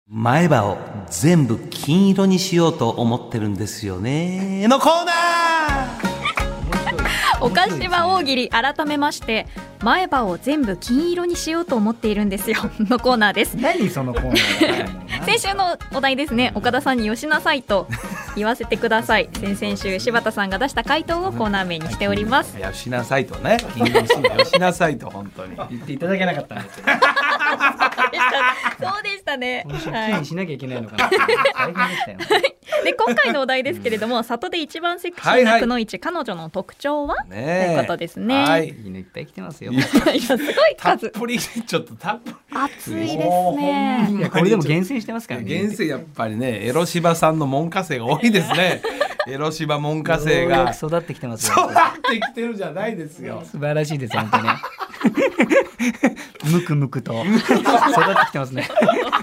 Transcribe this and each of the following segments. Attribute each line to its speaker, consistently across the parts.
Speaker 1: 前歯を全部金色にしようと思ってるんですよねのコーナー。
Speaker 2: 岡島大喜利、改めまして前歯を全部金色にしようと思っているんですよのコーナーです。
Speaker 3: 何そのコーナー
Speaker 2: 先週のお題ですね、岡田さんによしなさいと言わせてください。先々週柴田さんが出した回答をコーナー名にしております。
Speaker 1: よしなさいとね、金色にしよしなさいと本当に
Speaker 3: 言っていただけなかったんですよ。
Speaker 2: そうでしたね。
Speaker 3: 今週きれいにしなきゃいけないのかなって大変でしたよ。
Speaker 2: で今回のお題ですけれども、里で一番セクシーなくのいち、彼女の特徴は、ということですね。
Speaker 1: はい、
Speaker 3: いいね、いっぱい来てますよ。
Speaker 2: いやすごい
Speaker 1: たっ
Speaker 2: 数、
Speaker 1: ぷりちょっとたっぷり
Speaker 2: 熱いですね。
Speaker 3: いやこれでも厳選してますからね。
Speaker 1: 厳選やっぱりね、エロ柴さんの門下生が多いですね。エロ柴門下生が
Speaker 3: ようやく育ってきてますよ。
Speaker 1: 育ってきてるじゃないですよ。
Speaker 3: 素晴らしいです本当に。むくむくと育ってきてますね。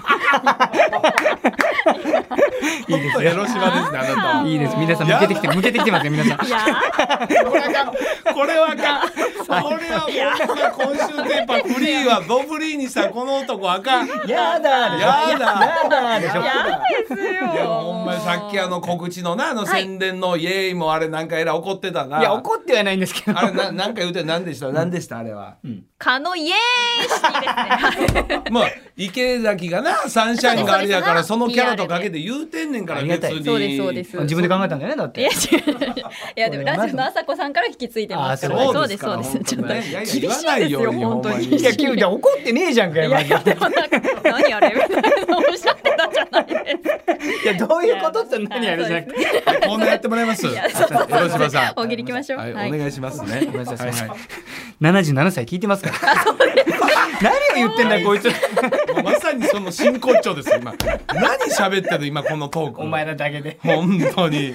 Speaker 3: いいですよ。
Speaker 1: エロ柴ですね、あなたは。
Speaker 3: いいです。皆さん向けてきてますよ皆さん。
Speaker 2: いや
Speaker 1: これはあかん。これは今週テーパーフリーはドフリーにしたこの男あかん。
Speaker 3: やだでしょ。
Speaker 1: やだ
Speaker 3: やだでしょ。
Speaker 2: やですよ。
Speaker 1: いやほんまにさっき告知のな宣伝のイエーイもあれなんかえらい怒ってたな。
Speaker 3: いや怒ってはないんですけど。
Speaker 1: あれなんか言うて何でしたあれは。
Speaker 2: かのイエーイ式ですね。
Speaker 1: まあ池崎がなサンシャインがあれやからそのキャラとかけて言うてんねんから別に。
Speaker 2: そうですそうです。
Speaker 3: 自分で考えたんだよねだって。
Speaker 2: いや違う。いやでもラジオのあさこさんから引き継いでますから。そうですそうです。ちょっと厳しいですよ本当に。
Speaker 3: いや急に怒ってねえじゃんかよ。
Speaker 2: いやいやでもなんか何あれみたいなおっしゃってたじゃないですか。
Speaker 3: いやどういうことって何あれじゃなくて。
Speaker 1: こんなやってもらいます。エロ柴さん。
Speaker 2: 大喜利行きましょう。
Speaker 1: はい、お願いしますね。
Speaker 3: ごめんなさい。77歳聞いてますから。何を言ってんだこいつ。
Speaker 1: まさにその真骨頂ですよ今。何喋ってる今このトーク。
Speaker 3: お前らだけで。
Speaker 1: 本当に。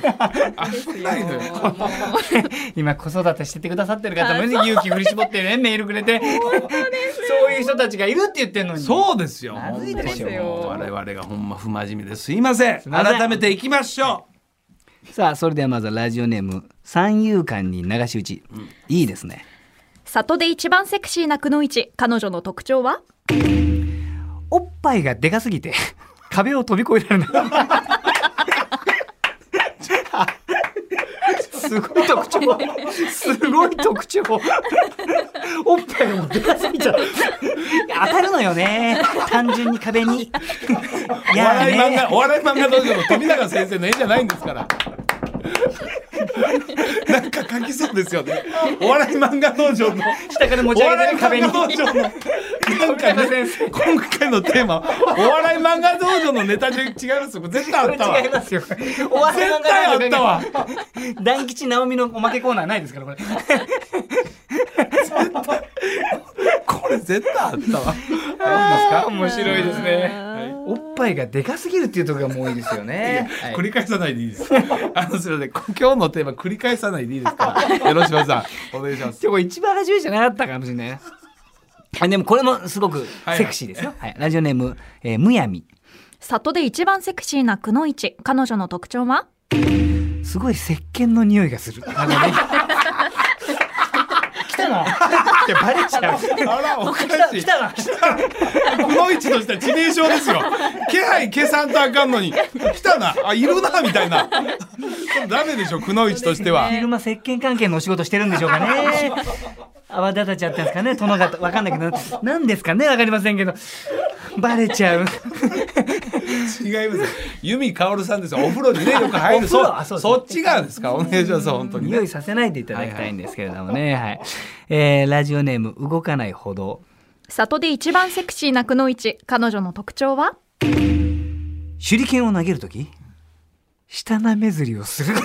Speaker 3: 今子育てしててくださってる方も勇気振り絞ってねメールくれて。そういう人たちがいるって言ってんのに。
Speaker 1: そうですよ。
Speaker 3: まずいですよ。
Speaker 1: 我々がほんま不真面目ですいません。改めていきましょ
Speaker 3: う。さあそれではまずはラジオネーム三遊間に流し打ち、いいですね。
Speaker 2: 里で一番セクシーなくのいち、彼女の特徴は、
Speaker 3: おっぱいがでかすぎて壁を飛び越えられない。すごい特徴。すごい特徴。おっぱいがもうでかすぎちゃう。当たるのよね。単純に壁に。
Speaker 1: お笑い漫画道場の富永先生の絵じゃないんですから。なんか書きそうですよね。お笑い漫画道場の
Speaker 3: 下から持ち上げてる壁に。
Speaker 1: なんかね、今回のテーマお笑い漫画道場のネタで違いますよ。絶対あったわ。
Speaker 3: 違いますよ。
Speaker 1: お笑い漫画絶対あったわ。
Speaker 3: 大吉直美のおまけコーナーないですからこれ。
Speaker 1: これ絶対あったわ。いいですか？
Speaker 3: 面白いですね。おっぱいがでかすぎるっていうところがもういいですよね。
Speaker 1: 繰り返さないでいいです。すいません。今日のテーマ繰り返さないでいいですから。よろしくさんお願いします。
Speaker 3: でも一番初めじゃなかったかもしれない。でもこれもすごくセクシーですよ。ラジオネームむやみ。
Speaker 2: 里で一番セクシーなくのいち、彼女の特徴は、
Speaker 3: すごい石鹸の匂いがする。なんかね。来たなってバレちゃう。
Speaker 1: あらおかしい。
Speaker 3: 来たな。
Speaker 1: くのいちとしては致命傷ですよ。気配消さんとあかんのに来たな、あいるなみたいな。ダメでしょくのいちとしては。
Speaker 3: 昼間石鹸関係のお仕事してるんでしょうかね。泡立てちゃったんですかね。殿が分かんないけど何ですかね分かりませんけどバレちゃう。
Speaker 1: 違います由美かおるさんですよ。お風呂にねよく入る。そっち側ですか。お願いします本当に、ね、
Speaker 3: 匂いさせないでいただきたいんですけれどもね。はいラジオネーム動かない歩道。
Speaker 2: 里で一番セクシーなくのいち、彼女の特徴は、
Speaker 3: 手裏剣を投げるとき舌なめずりをする。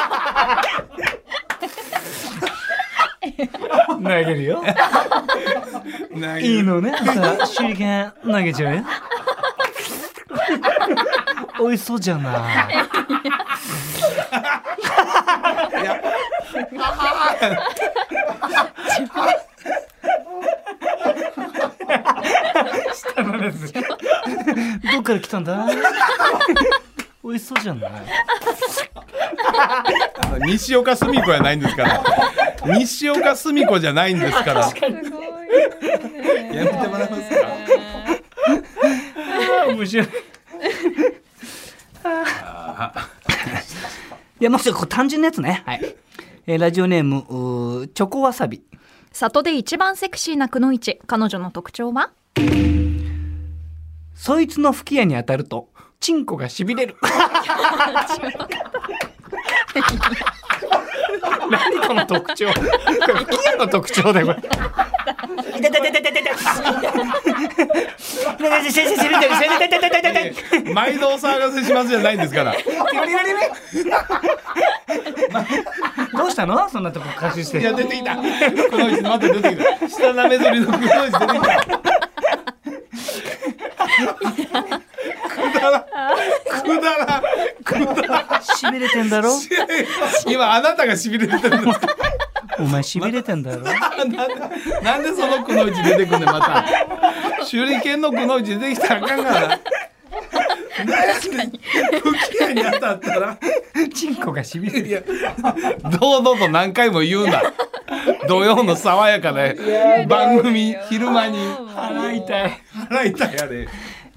Speaker 3: 投げるよ。いいのね。手裏剣投げちゃうよ。美味しそうじゃない。舌なめずり。どっから来たんだ。美味しそうじゃない。
Speaker 1: 西岡澄子やないんですから。西岡澄子じゃないんですから。
Speaker 2: すごい、ね、
Speaker 1: やめてもらえますか。
Speaker 3: 面白い。 いやもうちょっと単純なやつね。はい。ラジオネームチョコわさび。
Speaker 2: 里で一番セクシーなくのいち、彼女の特徴は？
Speaker 3: そいつの吹き矢に当たるとチンコがしびれる。何この特徴？吹き矢の特徴だよこれ。痛い痛い痛い痛い痛い痛い。
Speaker 1: 毎度お騒がせしますじゃないんですから。
Speaker 3: どうしたの？そんなとこ隠して。
Speaker 1: いや出てきた。くのいちまた出てきた。下なめずりのくのいち出てきた。くだら
Speaker 3: しびれてんだろ。
Speaker 1: 今あなたがしびれてるんですか。
Speaker 3: お前しびれてんだろ。
Speaker 1: なんでそのくのいち出てくんねんまた。手裏剣のくのいち出てきたらあかんからな。吹き矢に当たったら
Speaker 3: チンコがしびれる。
Speaker 1: いや堂々と何回も言うな。土曜の爽やかな番組昼間に
Speaker 3: 腹痛い。
Speaker 1: 腹痛いやで。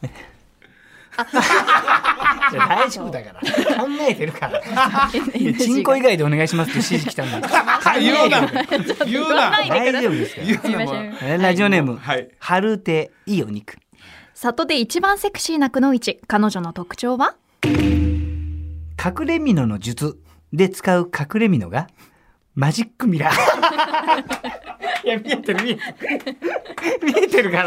Speaker 3: 大丈夫だから考えてるから。いやチンコ以外でお願いしますって指示来たんだ。
Speaker 1: 言うな言うな。
Speaker 3: 大丈夫ですから。
Speaker 1: 言うなもう
Speaker 3: ラジオネーム、
Speaker 1: はい、
Speaker 3: 春手いいお肉。
Speaker 2: 里で一番セクシーなくのいち、彼女の特徴は？
Speaker 3: 隠れ蓑の術で使う隠れ蓑がマジックミラー。いや見えてる見えてるから。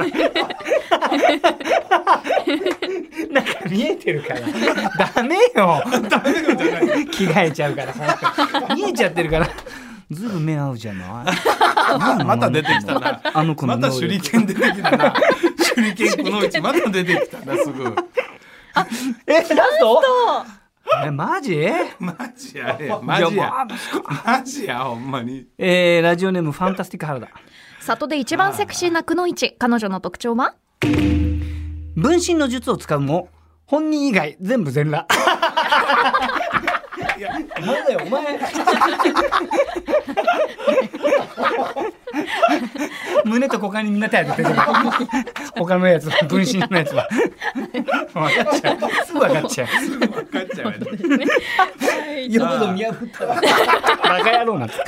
Speaker 3: なんか見えてるからダメよ。
Speaker 1: ダメよじゃない。
Speaker 3: 着替えちゃうから見えちゃってるから。ずいぶん目合うじゃない。
Speaker 1: また出てきたな。
Speaker 3: あの子の
Speaker 1: また手裏剣出てきたな。手裏剣くのいちまた出てきたなすぐ。
Speaker 3: ラスト？マジ？
Speaker 1: マジやね。マジや。マジやほんまに。
Speaker 3: ラジオネームファンタスティック原田。
Speaker 2: 里で一番セクシーなくのいち、彼女の特徴は？
Speaker 3: 分身の術を使うも本人以外全部全裸。いやお前だよお前。胸と股間にみんな手当ててる。他のやつ分身のやつは分かっちゃう。すぐ分かっちゃう。
Speaker 1: すぐ分かっちゃうよね。
Speaker 3: よほど見破ったらバカ野郎なんて。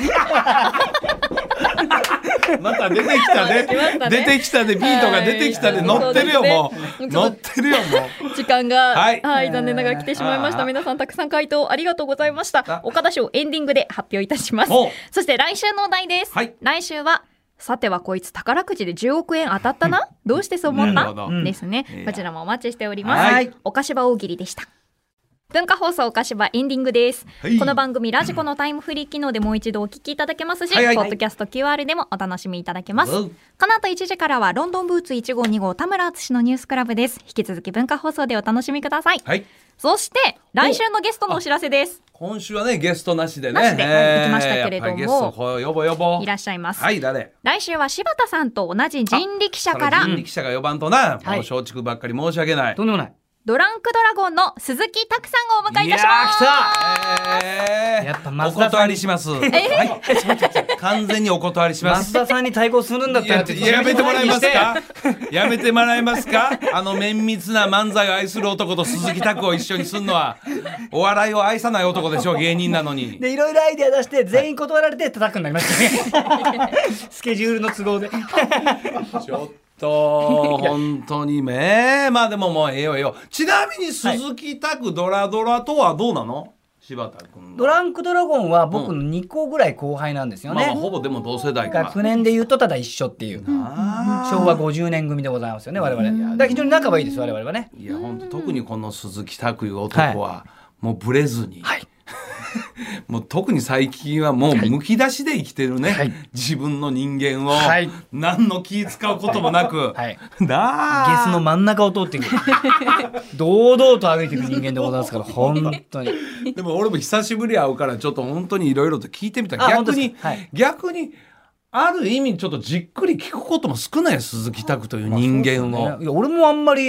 Speaker 1: また出てきたね。出てきたでビートが出てきたで乗ってるよもう。乗ってるよもう。
Speaker 2: 時間が
Speaker 1: はい
Speaker 2: 残念ながら来てしまいました。皆さんたくさん回答ありがとうございました。岡田賞エンディングで発表いたします。そして来週のお題です。来週はさてはこいつ宝くじで10億円当たったな、どうしてそう思ったですね。こちらもお待ちしております。おかしば大喜利でした。文化放送おかしばエンディングです。この番組ラジコのタイムフリー機能でもう一度お聞きいただけますし、ポッドキャスト QR でもお楽しみいただけます。この後1時からはロンドンブーツ1号2号田村敦のニュースクラブです。引き続き文化放送でお楽しみください。そして来週のゲストのお知らせです。
Speaker 1: 今週はねゲストなしでね
Speaker 2: 行きましたけれども、
Speaker 1: ゲスト呼ぼ
Speaker 2: いらっしゃいます。
Speaker 1: 誰？
Speaker 2: 来週は柴田さんと同じ人力車から
Speaker 1: 人力車が呼ばんとな、もう松竹ばっかり申し訳ない。
Speaker 3: とんでもない。
Speaker 2: ドランクドラゴンの鈴木拓さんをお迎えいたします。
Speaker 3: やっぱ
Speaker 1: お断りします。完全にお断りします。
Speaker 3: 増田さんに対抗するんだったら
Speaker 1: やめてもらえますか。やめてもらえますか。綿密な漫才を愛する男と鈴木拓を一緒にするのはお笑いを愛さない男でしょ。芸人なのに。
Speaker 3: でいろいろアイデア出して全員断られて叩くになりましたね。スケジュールの都合で。
Speaker 1: ちょっと本当にね。まあでももうええよ。ちなみに鈴木拓ドラドラとはどうなの？柴田君。
Speaker 3: ドランクドラゴンは僕の2個ぐらい後輩なんですよね。
Speaker 1: ほぼでも同世代か。
Speaker 3: 学年で言うとただ一緒っていう。昭和50年組でございますよね我々。だから非常に仲はいいです我々はね。
Speaker 1: いや本当特にこの鈴木拓いう男はもうブレずに。もう特に最近はもうむき出しで生きてるね、自分の人間を、何の気使うこともなく、
Speaker 3: ゲスの真ん中を通っていく堂々と歩いていく人間でございますから本当に。
Speaker 1: でも俺も久しぶり会うからちょっと本当にいろいろと聞いてみた。逆にある意味ちょっとじっくり聞くことも少ない鈴木拓という人間を。
Speaker 3: いや俺もあんまり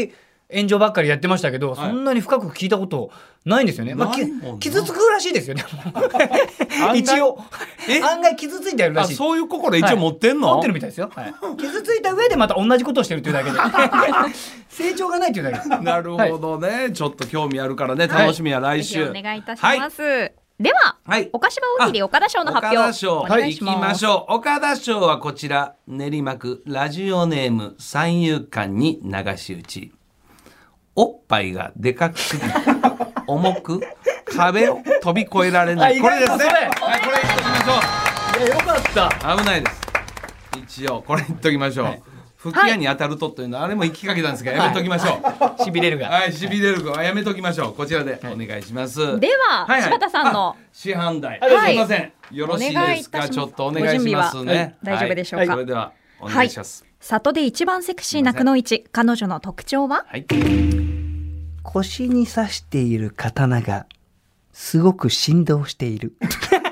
Speaker 3: 炎上ばっかりやってましたけど、そんなに深く聞いたことないんですよね。傷つくらしいですよね。一応案外傷ついてるらしい。
Speaker 1: そういう心一応持ってんの？
Speaker 3: 持ってるみたいですよ。傷ついた上でまた同じことをしてるというだけで成長がないというだけです。
Speaker 1: なるほどね。ちょっと興味あるからね、楽しみは来週。
Speaker 2: お願いいたします。では、おかしば大喜利岡田賞の発表。岡田賞、
Speaker 1: いきましょう。岡田賞はこちら、練馬区ラジオネーム三遊間に流し打ち。おっぱいがでかくすぎ重く壁を飛び越えられない。これですね。これ言っときましょう。
Speaker 3: いや、よかった。
Speaker 1: 危ないです。一応これ言っときましょう。吹き矢に当たるとというのはあれも行きかけたんですが、やめときましょ
Speaker 3: う。しびれるが。
Speaker 1: しびれるがやめときましょう。こちらでお願いします。
Speaker 2: では柴田さんの
Speaker 1: 師範代。すいません。よろしいですか。ちょっとお願いしますね。
Speaker 2: 大丈夫でしょうか。
Speaker 1: それではお願いします。
Speaker 2: 里で一番セクシーなくのいち、彼女の特徴は？
Speaker 3: 腰に刺している刀がすごく振動している。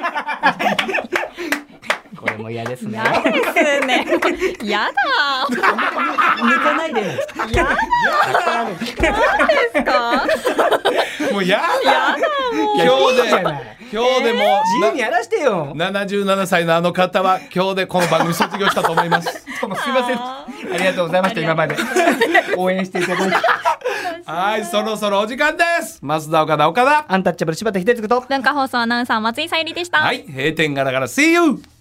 Speaker 3: これも嫌ですね。
Speaker 2: 嫌ですね。嫌だ。
Speaker 3: 抜かないで。
Speaker 2: 嫌だ。何ですか？
Speaker 1: もう嫌だ。今日でも
Speaker 3: 自由にやらしてよ。
Speaker 1: 77歳のあの方は今日でこの番組卒業したと思います。
Speaker 3: すいません。ありがとうございました。今まで応援していただいて。
Speaker 1: はい、そろそろお時間です。増田岡田
Speaker 3: アンタッチャブル柴田秀嗣と
Speaker 2: 文化放送アナウンサー松井さゆりでした。
Speaker 1: はい、閉店ガラガラ See you。